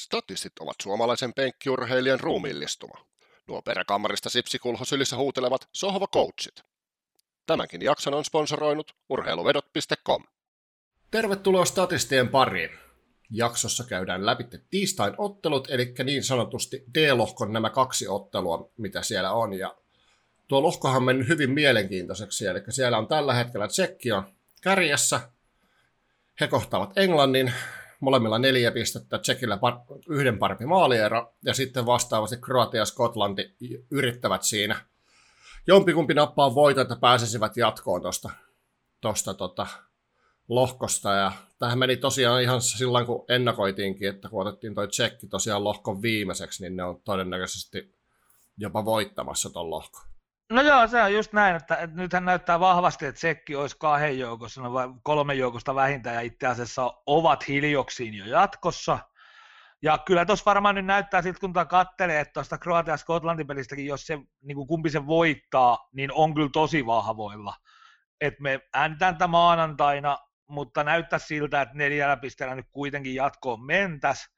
Statistit ovat suomalaisen penkkiurheilijan ruumiillistuma. Nuo peräkammarista Sipsikulho sylissä huutelevat sohvacoachit. Tämänkin jakson on sponsoroinut urheiluvedot.com. Tervetuloa Statistien pariin. Jaksossa käydään läpi tiistain ottelut, eli niin sanotusti D-lohkon nämä 2 ottelua, mitä siellä on. Ja tuo lohkohan on mennyt hyvin mielenkiintoiseksi, eli siellä on tällä hetkellä Tsekki on kärjessä. He kohtaavat Englannin, molemmilla 4 pistettä, Tsekillä yhden parempi maaliero, ja sitten vastaavasti Kroatia ja Skotlanti yrittävät siinä. Jompikumpi nappaa voiton, että pääsisivät jatkoon tuosta lohkosta, ja tähän meni tosiaan ihan silloin, kun ennakoitiinkin, että kun otettiin toi Tsekki tosiaan lohkon viimeiseksi, niin ne on todennäköisesti jopa voittamassa ton lohkon. No joo, se on just näin, että nythän näyttää vahvasti, että Tsekki olisi 2 joukossa, no vai 3 joukosta vähintään, ja itse asiassa ovat hiljoksiin jo jatkossa. Ja kyllä tuossa varmaan nyt näyttää siltä, kun katselee, että tuosta Kroatia-Skotlantin pelistäkin, jos se, niin kumpi se voittaa, niin on kyllä tosi vahvoilla. Että me äänitään tätä maanantaina, mutta näyttää siltä, että 4 pisteellä nyt kuitenkin jatkoon mentäs,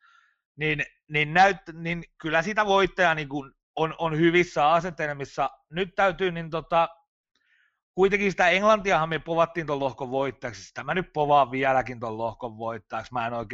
niin kyllä sitä voittaja niin kuin on hyvissä asetelmissa. Nyt täytyy, kuitenkin sitä Englantiahan me povattiin tuon lohkon voittajaksi, sitä mä nyt povaan vieläkin tuon lohkon voittajaksi,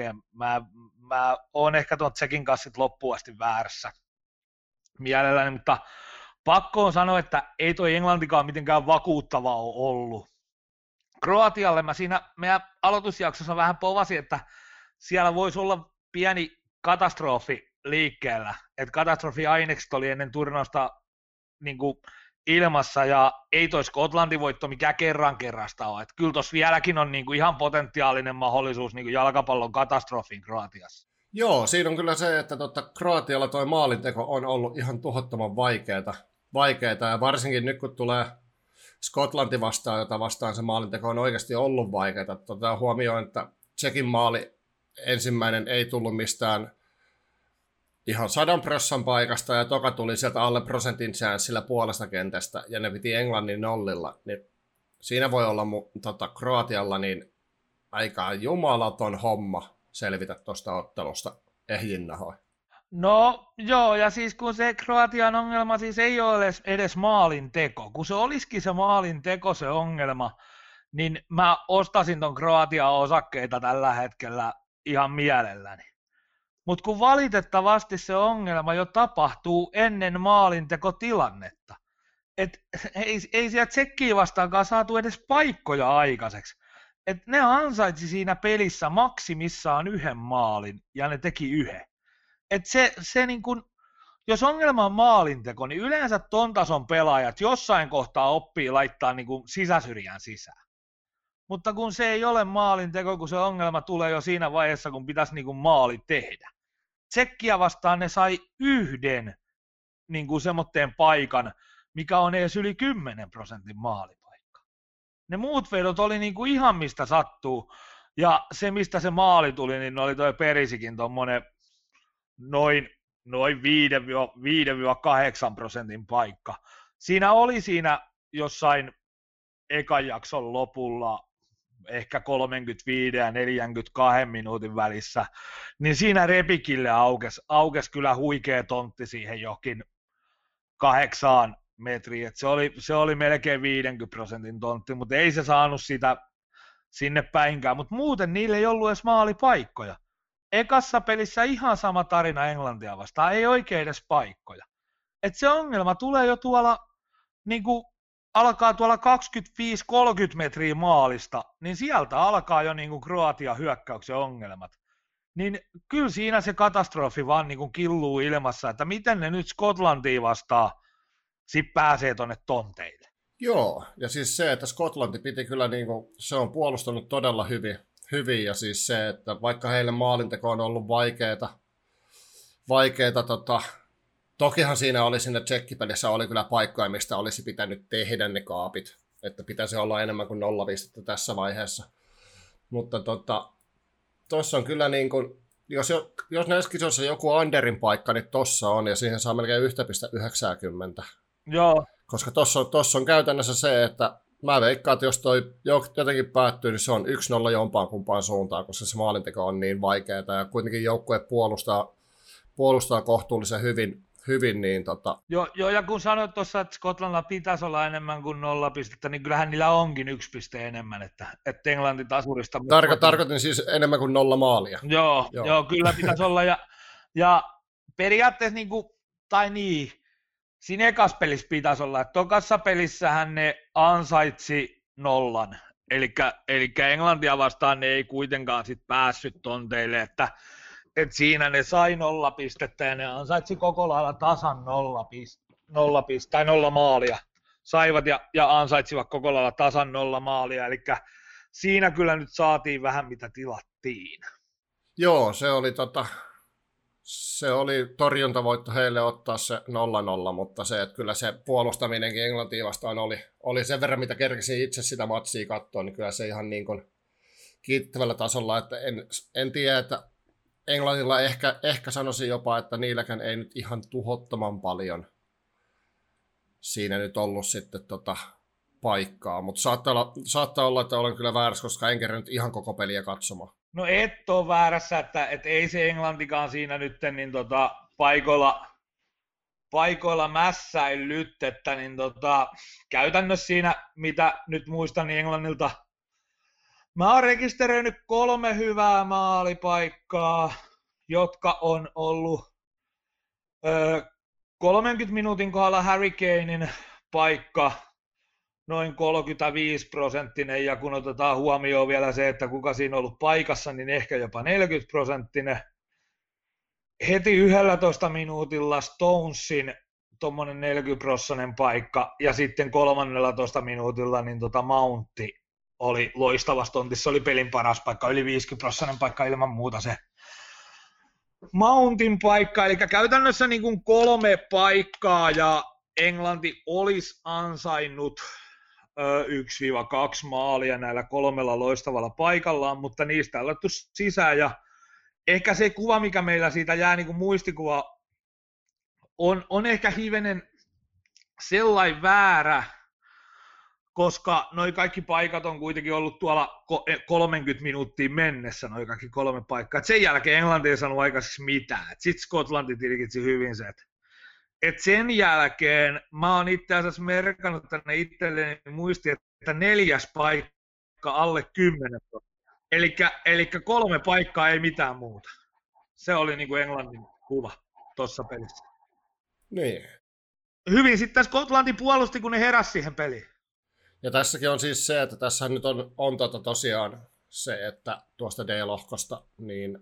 mä oon ehkä tuon Tsekin kanssa loppuun asti väärässä mielelläni, mutta pakko on sanoa, että ei toi Englantikaan mitenkään vakuuttava ole ollut. Kroatialle mä siinä meidän aloitusjaksossa vähän povasin, että siellä voisi olla pieni katastrofi liikkeellä, että katastrofiainekset oli ennen turnausta niin kuin ilmassa, ja ei toi Skotlantin voitto mikään kerrasta ole, että kyllä tuossa vieläkin on niin kuin ihan potentiaalinen mahdollisuus niin kuin jalkapallon katastrofin Kroatiassa. Joo, siinä on kyllä se, että Kroatialla toi maalinteko on ollut ihan tuhottoman vaikeeta, ja varsinkin nyt kun tulee Skotlanti vastaan, jota vastaan se maalinteko on oikeasti ollut vaikeaa. Huomioon, että Tsekin maali ensimmäinen ei tullut mistään ihan 100% paikasta, ja toka tuli sieltä alle prosentin chanssillä puolesta kentästä, ja ne piti Englannin nollilla. Niin siinä voi olla Kroatialla niin aika jumalaton homma selvitä tuosta ottelusta ehjinnahoin. No joo, ja siis kun se Kroatian ongelma siis ei ole edes maalinteko, kun se olisikin se maalinteko se ongelma, niin mä ostasin ton Kroatian osakkeita tällä hetkellä ihan mielelläni. Mutta kun valitettavasti se ongelma jo tapahtuu ennen maalintekotilannetta, että ei sieltä Tsekkiä vastaankaan saatu edes paikkoja aikaiseksi. Et ne ansaitsi siinä pelissä maksimissaan 1 maalin, ja ne teki 1. Et se niin kun, jos ongelma on maalinteko, niin yleensä ton tason pelaajat jossain kohtaa oppii laittaa niin kun sisäsyrjään sisään. Mutta kun se ei ole maalinteko, kun se ongelma tulee jo siinä vaiheessa, kun pitäisi niin kun maali tehdä. Tsekkiä vastaan ne sai 1 niin kuin semmoitteen paikan, mikä on edes yli 10% maalipaikka. Ne muut vedot oli niin kuin ihan mistä sattuu, ja se mistä se maali tuli, niin oli toi Perisikin tommonen noin 5-8% paikka. Siinä oli jossain ekan jakson lopulla ehkä 35 ja 42 minuutin välissä, niin siinä Repikille aukesi kyllä huikea tontti siihen jokin 8 metriin, että se oli melkein 50% tontti, mutta ei se saanut sitä sinne päinkään, mutta muuten niillä ei ollut edes maalipaikkoja. Ekassa pelissä ihan sama tarina Englantia vastaan, ei oikein edes paikkoja. Et se ongelma tulee jo tuolla niinku alkaa tuolla 25-30 metriä maalista, niin sieltä alkaa jo niin kuin Kroatian hyökkäyksen ongelmat. Niin kyllä siinä se katastrofi vaan niin kuin killuu ilmassa, että miten ne nyt Skotlantia vastaan sit pääsee tonne tonteille. Joo, ja siis se, että Skotlanti piti kyllä, niin kuin, se on puolustanut todella hyvin, ja siis se, että vaikka heille maalinteko on ollut vaikeeta tokihan siinä oli sinne Tsekkipelissä oli kyllä paikkoja, mistä olisi pitänyt tehdä ne kaapit, että pitäisi olla enemmän kuin 0 pistettä tässä vaiheessa. Mutta tuossa on kyllä niin kuin, jos näissä kisoissa joku Anderin paikka, niin tossa on, ja siihen saa melkein 1,90. Joo. Koska tossa on käytännössä se, että mä veikkaan, että jos toi jotenkin päättyy, niin se on 1-0 jompaan kumpaan suuntaan, koska se maalinteko on niin vaikeaa, ja kuitenkin joukkue puolustaa puolustaa kohtuullisen hyvin niin Joo, ja kun sanoit tuossa, että Skotlannilla pitäisi olla enemmän kuin 0 pistettä, niin kyllähän niillä onkin 1 piste enemmän, että Englanti tasurista. Tarkoitin siis enemmän kuin 0 maalia. Joo, kyllä pitäisi olla, ja periaatteessa siinä ekas pelissä pitäisi olla, että tokassa pelissähän ne ansaitsi 0, eli Englantia vastaan ne ei kuitenkaan sit päässyt tonteille, että siinä ne sai 0 pistettä ja ne ansaitsi koko lailla tasan 0 maalia. Saivat ja ansaitsivat koko lailla tasan 0 maalia, eli siinä kyllä nyt saatiin vähän mitä tilattiin. Joo, se oli torjuntavoitto heille ottaa se 0-0, mutta se, että kyllä se puolustaminenkin Englantia vastaan oli sen verran, mitä kerkesin itse sitä matsia katsoa, niin kyllä se ihan niin kuin kiittävällä tasolla, että en tiedä, että Englannilla ehkä sanoisin jopa, että niilläkään ei nyt ihan tuhottoman paljon siinä nyt ollut sitten paikkaa, mutta saattaa olla, että olen kyllä väärässä, koska en kerran nyt ihan koko peliä katsomaan. No et ole väärässä, että ei se Englantikaan siinä nyt niin paikoilla mässäillyt, että niin käytännössä siinä, mitä nyt muistan, niin Englannilta mä oon rekisteröinyt 3 hyvää maalipaikkaa, jotka on ollut 30 minuutin kohdalla Harry Kanen paikka, noin 35%, ja kun otetaan huomioon vielä se, että kuka siinä on ollut paikassa, niin ehkä jopa 40%. Heti 11 minuutilla Stonesin tuommoinen 40% paikka, ja sitten 13 minuutilla niin Mountti oli loistava stontti, se oli pelin paras paikka, yli 50% paikka ilman muuta se Mountin paikka, eli käytännössä niin kuin 3 paikkaa, ja Englanti olisi ansainnut 1-2 maalia näillä 3 loistavalla paikallaan, mutta niistä on laittu sisään, ja ehkä se kuva, mikä meillä siitä jää niin kuin muistikuva, on ehkä hivenen sellainen väärä, koska noi kaikki paikat on kuitenkin ollut tuolla 30 minuuttia mennessä, noi kaikki 3 paikkaa. Et sen jälkeen Englanti ei saanut aikaiseksi mitään. Sitten Skotlanti tilkitsi hyvin se, et sen jälkeen mä oon itse asiassa merkannut tänne itselleni muistiin, että 4. paikka alle 10. Eli 3 paikkaa ei mitään muuta. Se oli niin kuin Englannin kuva tuossa pelissä. Niin. Hyvin sitten Skotlanti puolusti, kun ne heräsi siihen peliin. Ja tässäkin on siis se, että tässä nyt on tosiaan se, että tuosta D-lohkosta niin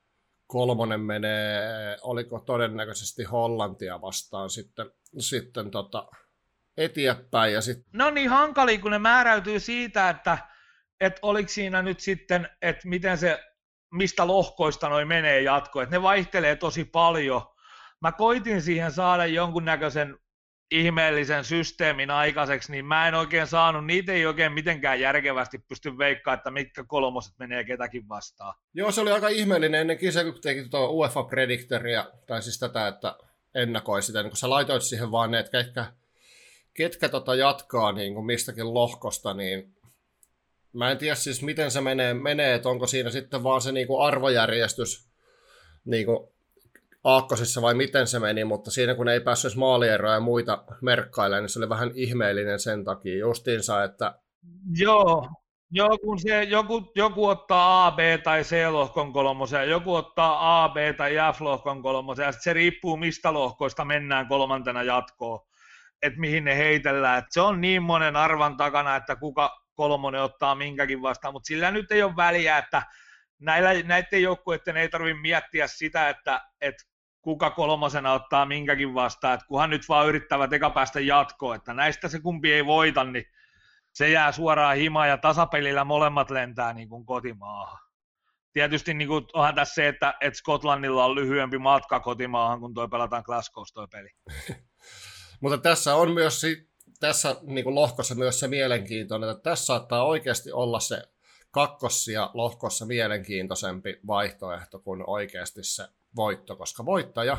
3 menee, oliko todennäköisesti Hollantia vastaan sitten eteenpäin. No niin hankalia, kun ne määräytyy siitä, että oliko siinä nyt sitten, että mistä lohkoista noi menee jatkoon, että ne vaihtelee tosi paljon. Mä koitin siihen saada jonkunnäköisen ihmeellisen systeemin aikaiseksi, niin mä en oikein saanut, niitä ei oikein mitenkään järkevästi pysty veikkaamaan, että mitkä 3 menee ketäkin vastaan. Joo, se oli aika ihmeellinen ennen kisaa, kun teki UEFA Predictoria, tai siis tätä, että ennakoi sitä, niin kun sä laitoit siihen vaan ne, että ketkä jatkaa niin kuin mistäkin lohkosta, niin mä en tiedä siis miten se menee, että onko siinä sitten vaan se niin kuin arvojärjestys niin kuin aakkosissa vai miten se meni, mutta siinä kun ei päässyt maalieroja ja muita merkkailemaan, niin se oli vähän ihmeellinen sen takia justiinsa, että... Joo, kun se joku ottaa A, B tai C-lohkon 3, ja joku ottaa A, B tai F-lohkon 3, ja sitten se riippuu mistä lohkoista mennään 3. jatkoon, että mihin ne heitellään. Et se on niin monen arvan takana, että kuka 3 ottaa minkäkin vastaan, mutta sillä nyt ei ole väliä, että näiden joukkueiden ei tarvitse miettiä sitä, että kuka 3 ottaa minkäkin vastaan, että kunhan nyt vaan yrittävät eka päästä jatkoon, että näistä se kumpi ei voita, niin se jää suoraan himaan ja tasapelillä molemmat lentää niin kuin kotimaahan. Tietysti niin kuin, onhan tässä se, että Skotlannilla on lyhyempi matka kotimaahan, kun toi pelataan Glasgow's toi peli. Mutta tässä on myös tässä niin kuin lohkossa myös se mielenkiintoinen, että tässä saattaa oikeasti olla se kakkosia lohkossa mielenkiintoisempi vaihtoehto kuin oikeasti se voitto, koska voittaja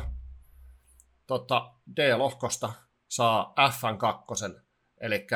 D-lohkosta saa F2, eli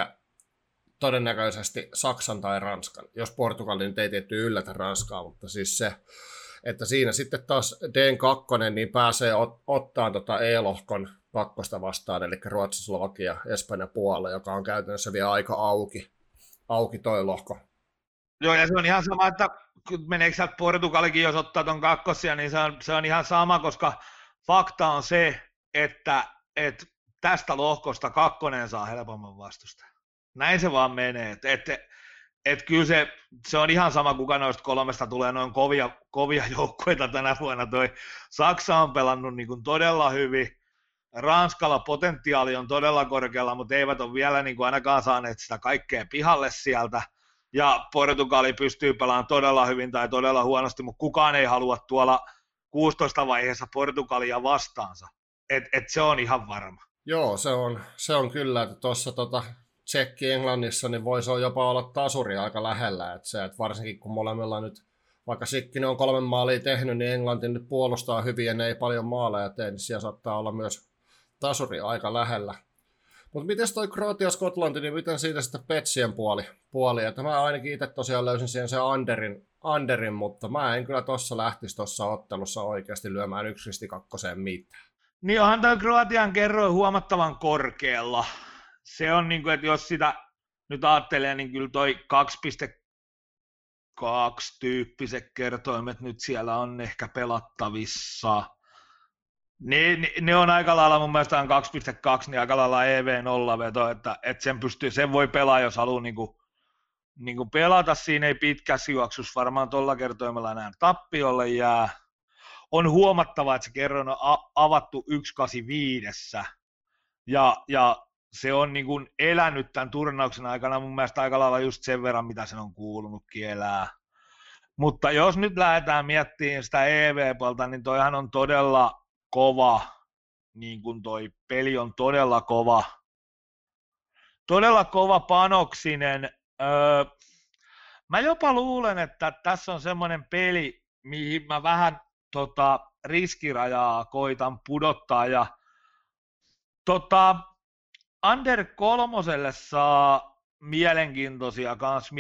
todennäköisesti Saksan tai Ranskan, jos Portugali nyt ei tietty yllätä Ranskaa, mutta siis se, Että siinä sitten taas D2 niin pääsee ottaa E-lohkon kakkosta vastaan, eli Ruotsi, Slovakia, Espanja, Puola, joka on käytännössä vielä aika auki toi lohko. Joo, ja se on ihan sama, että meneekö sieltä Portugalikin, jos ottaa ton kakkosia, niin se on ihan sama, koska fakta on se, että tästä lohkosta kakkonen saa helpomman vastustajan. Näin se vaan menee. Että kyllä se on ihan sama, kuka noista kolmesta tulee noin kovia joukkueita tänä vuonna. Toi Saksa on pelannut niin kuin todella hyvin. Ranskalla potentiaali on todella korkealla, mutta eivät ole vielä niin kuin ainakaan saaneet sitä kaikkea pihalle sieltä. Ja Portugali pystyy pelaamaan todella hyvin tai todella huonosti, mutta kukaan ei halua tuolla 16 vaiheessa Portugalia vastaansa. Et se on ihan varma. Joo, se on kyllä, että tuossa Tsekki-Englannissa niin voisi jopa olla tasuri aika lähellä. Että varsinkin kun molemmilla nyt, vaikka Sikkinen on 3 maalia tehnyt, niin Englanti nyt puolustaa hyvin ja ne ei paljon maaleja tee, niin siellä saattaa olla myös tasuri aika lähellä. Mutta miten toi Kroatia-Skotlanti, niin miten siitä sitten Petsien puoli? Että mä ainakin itse tosiaan löysin siihen sen Anderin, mutta mä en kyllä tuossa lähtisi tuossa ottelussa oikeasti lyömään 1-2 mitään. Niin onhan toi Kroatian kerroin huomattavan korkealla. Se on niin kuin, että jos sitä nyt ajattelee, niin kyllä toi 2,2 tyyppiset kertoimet nyt siellä on ehkä pelattavissa. Ne on aika lailla, mun mielestä on 2,2, niin aika lailla EV0-veto, että sen voi pelaa, jos haluaa niin kuin pelata. Siinä ei pitkässä juoksussa varmaan tuolla kertoimella enää tappiolle jää. On huomattava, että se kerroin on avattu 1,85 ja se on niin kuin elänyt tämän turnauksen aikana mun mielestä aika lailla just sen verran, mitä sen on kuulunutkin elää. Mutta jos nyt lähdetään miettimään sitä EV-puolta, niin toihan on todella kova, niin kuin toi peli on todella kova panoksinen. Mä jopa luulen, että tässä on semmoinen peli, mihin mä vähän riskirajaa koitan pudottaa ja Under 3 saa mielenkiintoisia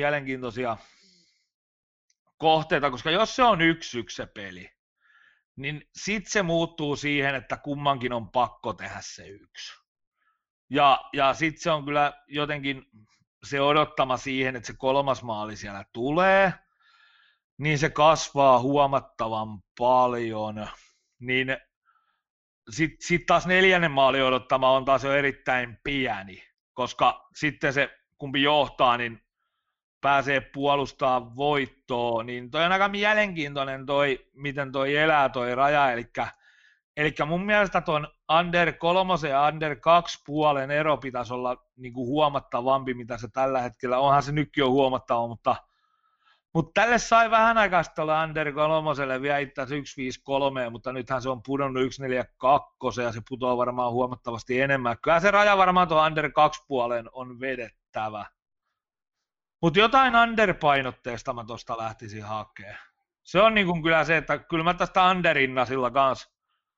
kohteita, koska jos se on 1-1 se peli, niin sitten se muuttuu siihen, että kummankin on pakko tehdä se 1. Ja sitten se on kyllä jotenkin se odottama siihen, että se 3. maali siellä tulee, niin se kasvaa huomattavan paljon, niin sitten taas 4. maali odottama on taas jo erittäin pieni, koska sitten se kumpi johtaa, niin pääsee puolustaa voittoa, niin toi on aika mielenkiintoinen miten toi elää toi raja, eli mun mielestä ton Under 3 ja Under 2 puolen ero pitäisi olla niinku huomattavampi, mitä se tällä hetkellä, onhan se nytkin jo huomattava, mutta tälle sai vähän aikaa sitten olla Under 3 vielä itse asiassa 1-5-3, mutta nythän se on pudonnut 1-4-2 ja se putoaa varmaan huomattavasti enemmän. Kyllä se raja varmaan tuon Under 2 puolen on vedettävä. Mutta jotain underpainotteesta mä tuosta lähtisin hakemaan. Se on niinku kyllä se, että kyllä mä tästä underinnasilla kanssa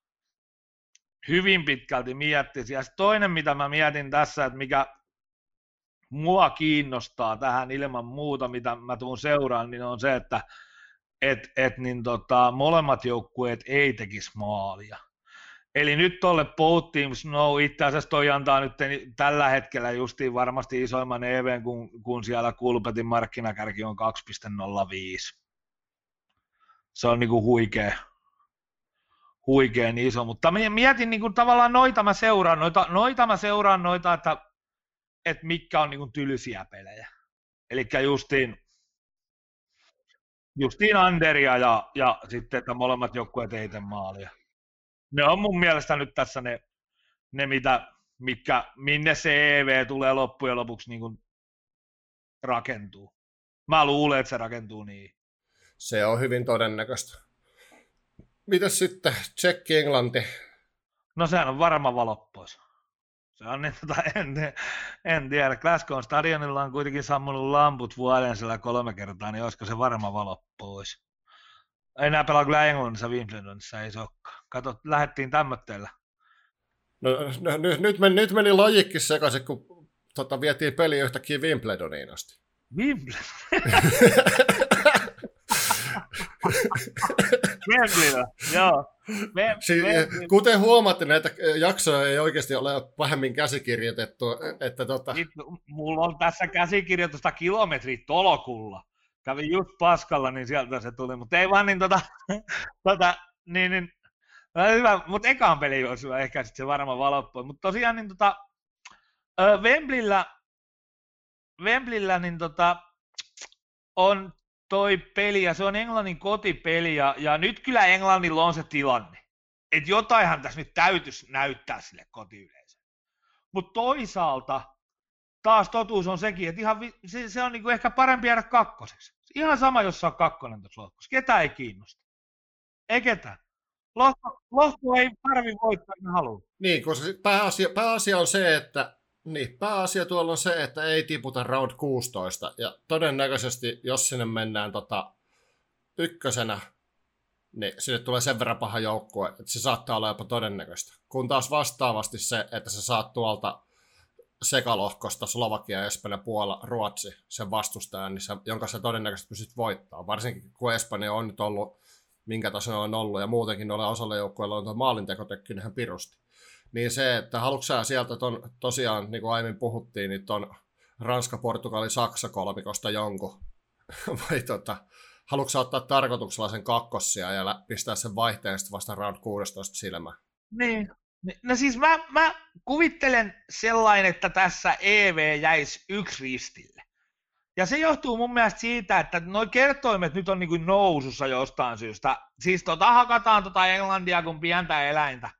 hyvin pitkälti miettisin. Ja toinen, mitä mä mietin tässä, että mikä mua kiinnostaa tähän ilman muuta, mitä mä tuun seuraan, niin on se, että molemmat joukkueet ei tekisi maalia. Eli nyt tuolle Both Teams No, itse asiassa toi antaa nyt tällä hetkellä justiin varmasti isoimman EVn, kun siellä Kulpetin markkinakärki on 2,05. Se on niinku huikean iso, mutta mietin niinku tavallaan noita mä seuraan noita, että mitkä on niinku tylsiä pelejä. Eli justiin Anderia ja sitten, että molemmat joukkueet ei tee maalia. Ne on mun mielestä nyt tässä ne minne se EV tulee loppujen lopuksi niin kuin rakentuu. Mä luulen, että se rakentuu niin. Se on hyvin todennäköistä. Mitäs sitten Tsekki-Englanti? No sehän on varma valo pois. Se on en tiedä. Glasgow stadionilla on kuitenkin sammunut lamput vuoden sillä 3 kertaa, niin olisiko se varma valo pois? Ei enää pelaa kyllä Englannissa, Wimbledonissa ei se olekaan. Kato, lähdettiin tämmötteellä. No, nyt meni lajikki sekaisin, kun vietiin peli yhtäkkiä Wimbledoniin asti. Wimbledon? Wembleyllä, joo. Kuten huomaatte, näitä jaksoja ei oikeasti ole pahemmin käsikirjoitettu. Että Mulla on tässä käsikirjoitusta kilometrit tolokulla. Kävin just paskalla, niin sieltä se tuli, mutta ei vaan niin hyvä, mutta ekaan peli olisi hyvä, ehkä sitten se varmaan valoppui. Mutta tosiaan niin Wembleyllä niin on toi peli, ja se on Englannin kotipeli, ja nyt kyllä Englannilla on se tilanne, että jotainhan tässä nyt täytyisi näyttää sille kotiyleisölle. Mutta toisaalta taas totuus on sekin, että se on niinku ehkä parempi jäädä kakkoseksi. Ihan sama, jos on kakkonen tuossa lohkossa. Ketä ei kiinnosta? Ei ketään. Lohko ei tarvi voittaa, ne haluaa. Niin, koska pääasia on se, että pääasia tuolla on se, että ei tiputa round 16. Ja todennäköisesti, jos sinne mennään ykkösenä, niin sinne tulee sen verran paha joukkue, että se saattaa olla jopa todennäköistä. Kun taas vastaavasti se, että sä saat tuolta sekalohkosta Slovakia, Espanja, Puola, Ruotsi sen vastustajan, niin jonka sä todennäköisesti pystyt voittamaan. Varsinkin kun Espanja on nyt ollut, minkä tasolla on ollut, ja muutenkin noilla osalla joukkueilla on tuo maalintekotekki ihan pirusti. Niin se, että haluatko sä sieltä tosiaan, niin kuin aiemmin puhuttiin, niin ton Ranska, Portugali, Saksa kolmikosta jonkun, vai haluatko sä ottaa tarkoituksella sen kakkossia ja pistää sen vaihteen sitten vasta round 16 silmään? Niin. No siis mä kuvittelen sellainen, että tässä EV jäisi yksi ristille. Ja se johtuu mun mielestä siitä, että nuo kertoimet nyt on niin kuin nousussa jostain syystä. Siis hakataan Englantia kuin pientä eläintä.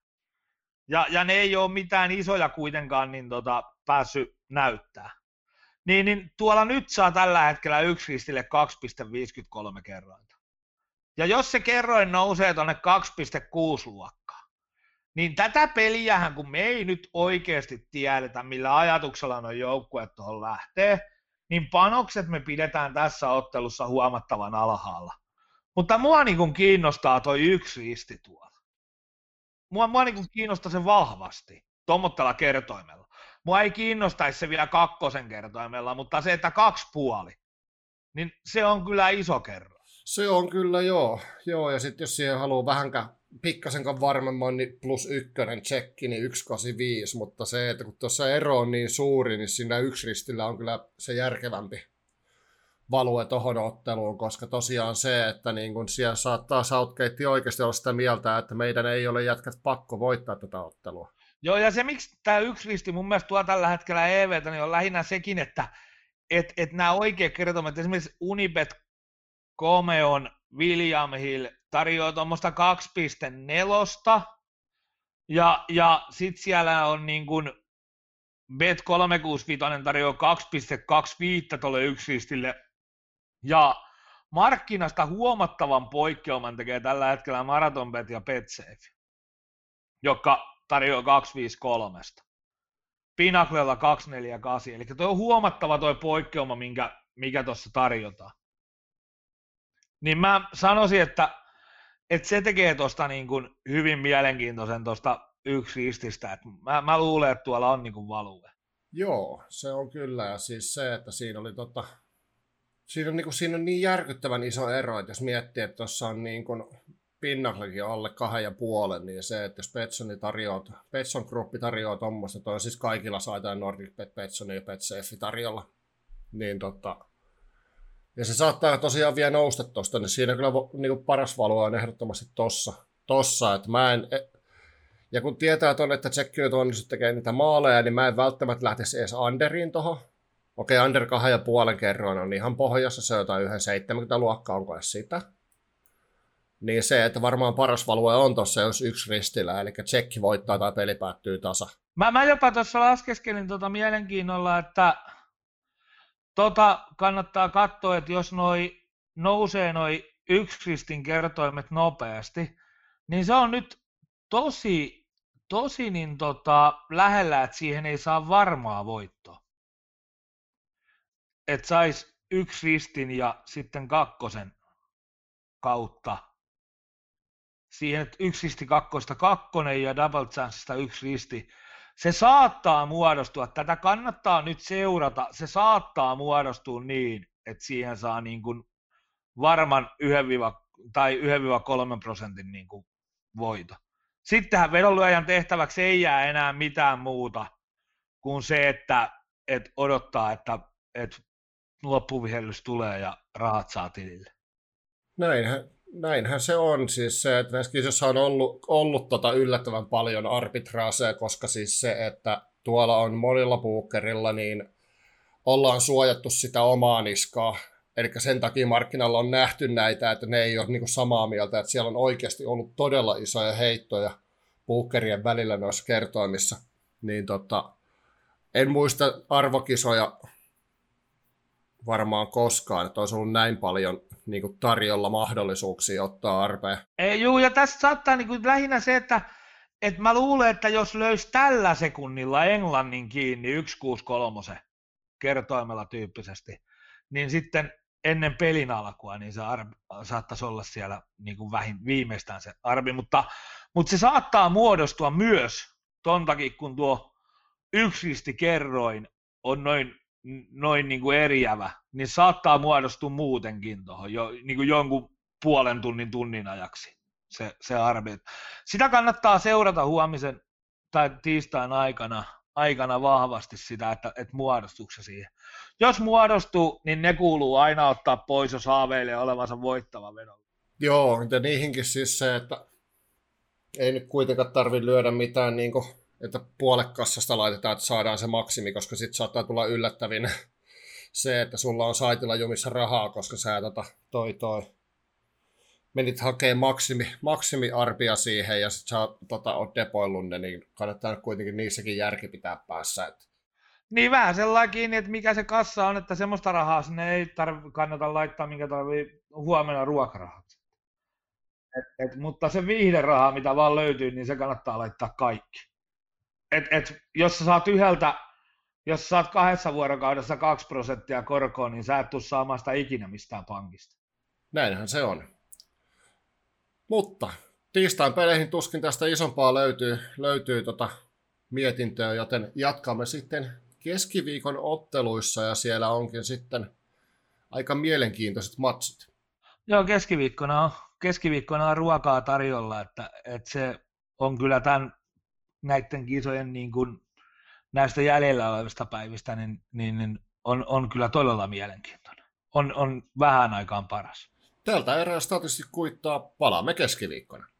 Ja ne ei ole mitään isoja kuitenkaan niin päässyt näyttää. Niin tuolla nyt saa tällä hetkellä yksi ristille 2,53 kerrointa. Ja jos se kerroin nousee tuonne 2,6 luokkaan, niin tätä peliähän, kun me ei nyt oikeasti tiedetä, millä ajatuksella nuo joukkueet tuohon lähtee, niin panokset me pidetään tässä ottelussa huomattavan alhaalla. Mutta mua niin kuin kiinnostaa toi yksi risti tuolla. Mua niin kuin kiinnostaa se vahvasti, tommottella kertoimella. Mua ei kiinnostaisi se vielä kakkosen kertoimella, mutta se, että 2,5, niin se on kyllä iso kerroin. Se on kyllä, joo, ja sitten jos siihen haluaa pikkasenkaan varmemman, niin +1 tsekki, niin 1,85, mutta se, että kun tuossa ero on niin suuri, niin siinä yksi ristillä on kyllä se järkevämpi value tohon otteluun, koska tosiaan se, että niin kun siellä saattaa Southgate oikeasti olla sitä mieltä, että meidän ei ole jätkät pakko voittaa tätä ottelua. Joo, ja se miksi tämä yksi risti mun mielestä tuo tällä hetkellä EV:tä, niin on lähinnä sekin, että nämä oikeat kertomat, esimerkiksi Unibet, Comeon, William Hill tarjoaa tuommoista 2,4, ja sitten siellä on niin kuin Bet365 tarjoaa 2,25 tuolle yksistille, ja markkinasta huomattavan poikkeaman tekee tällä hetkellä Marathonbet ja BetSafe, joka tarjoaa 2,53. Pinnaclella 2,48, eli tuo on huomattava tuo poikkeama, mikä tuossa tarjotaan. Niin mä sanoisin, että se tekee tuosta niin kuin hyvin mielenkiintoisen tuosta yksi rististä. Mä luulen, että tuolla on niin kuin value. Joo, se on kyllä. Ja siis se, että siinä oli siinä on niin järkyttävän iso ero, että jos miettii, että tuossa on niin kuin Pinnaclekin alle 2,5, niin se, että jos Betson Group tarjoaa tuommoista, toi on siis kaikilla saitaan Nordic Bet, Betson ja BetSafe tarjolla, niin ja se saattaa tosiaan vielä nousta tuosta, niin siinä kyllä niin paras value on ehdottomasti tossa, että ja kun tietää tuonne, että Tsekki nyt onnistuu tekemään niitä maaleja, niin mä en välttämättä lähtisi edes underiin tuohon. Okei, under 2,5 kerroin on ihan pohjassa, se on jotain 1,70 luokkaa, onko edes sitä. Niin se, että varmaan paras value on tuossa, jos yksi ristillä, eli Tsekki voittaa tai peli päättyy tasa. Mä jopa tuossa laskeskelin mielenkiinnolla, että kannattaa katsoa, että jos nousee yksi ristin kertoimet nopeasti, niin se on nyt tosi niin lähellä, että siihen ei saa varmaa voittoa. Että saisi yksi ristin ja sitten kakkosen kautta siihen, että yksi risti kakkosta kakkonen ja double chanceista yksi risti. Se saattaa muodostua, tätä kannattaa nyt seurata, se saattaa muodostua niin, että siihen saa niin kuin varman tai 1-3% niin kuin voito. Sittenhän vedonlyöjän tehtäväksi ei jää enää mitään muuta kuin se, että odottaa, että loppuvihellys tulee ja rahat saa tilille. Näinhän se on siis se, että näissä kisoissa on ollut yllättävän paljon arbitraaseja, koska siis se, että tuolla on monilla pokerilla, niin ollaan suojattu sitä omaa niskaa. Eli sen takia markkinalla on nähty näitä, että ne ei ole niin kuin samaa mieltä, että siellä on oikeasti ollut todella isoja heittoja pokerien välillä noissa kertoimissa. Niin en muista arvokisoja varmaan koskaan, että olisi ollut näin paljon niin kuin tarjolla mahdollisuuksia ottaa arpea. Joo, ja tässä saattaa niin kuin lähinnä se, että mä luulen, että jos löysi tällä sekunnilla Englannin kiinni 163 kertoimella tyyppisesti, niin sitten ennen pelin alkua, niin se saattaisi olla siellä niin kuin viimeistään se arvi, mutta se saattaa muodostua myös ton takia, kun tuo yksistikerroin on noin niin kuin eriävä, niin saattaa muodostua muutenkin tuohon niin kuin jonkun puolen tunnin ajaksi se arvi. Sitä kannattaa seurata huomisen tai tiistain aikana vahvasti sitä, että muodostuuko se siihen. Jos muodostuu, niin ne kuuluu aina ottaa pois, jos haaveilee olevansa voittava vedolla. Joo, ja niihinkin siis se, että ei nyt kuitenkaan tarvitse lyödä mitään, niin kuin, että puolekassasta laitetaan, että saadaan se maksimi, koska sitten saattaa tulla yllättävin se, että sulla on saitilla jumissa rahaa, koska sä menit hakemaan maksimiarpia siihen ja sit sä oot depoillut ne, niin kannattaa kuitenkin niissäkin järki pitää päässä. Että. Niin vähän sellainen, että mikä se kassa on, että semmoista rahaa sinne ei kannata laittaa, minkä tarvii huomenna ruokarahat. Mutta se viihderaha, mitä vaan löytyy, niin se kannattaa laittaa kaikki. Jos sä saat jos sä saat 2 vuorokaudessa 2% korkoa, niin sä et tule saamaan sitä ikinä mistään pankista. Näinhän se on. Mutta tiistain peleihin tuskin tästä isompaa löytyy mietintöä, joten jatkamme sitten keskiviikon otteluissa ja siellä onkin sitten aika mielenkiintoiset matsit. Joo, keskiviikkona on ruokaa tarjolla, että se on kyllä näiden kisojen niin kuin näistä jäljellä olevista päivistä, niin on kyllä todella mielenkiintoinen. On vähän aikaan paras. Tältä erää statisti kuittaa, palaamme keskiviikkona.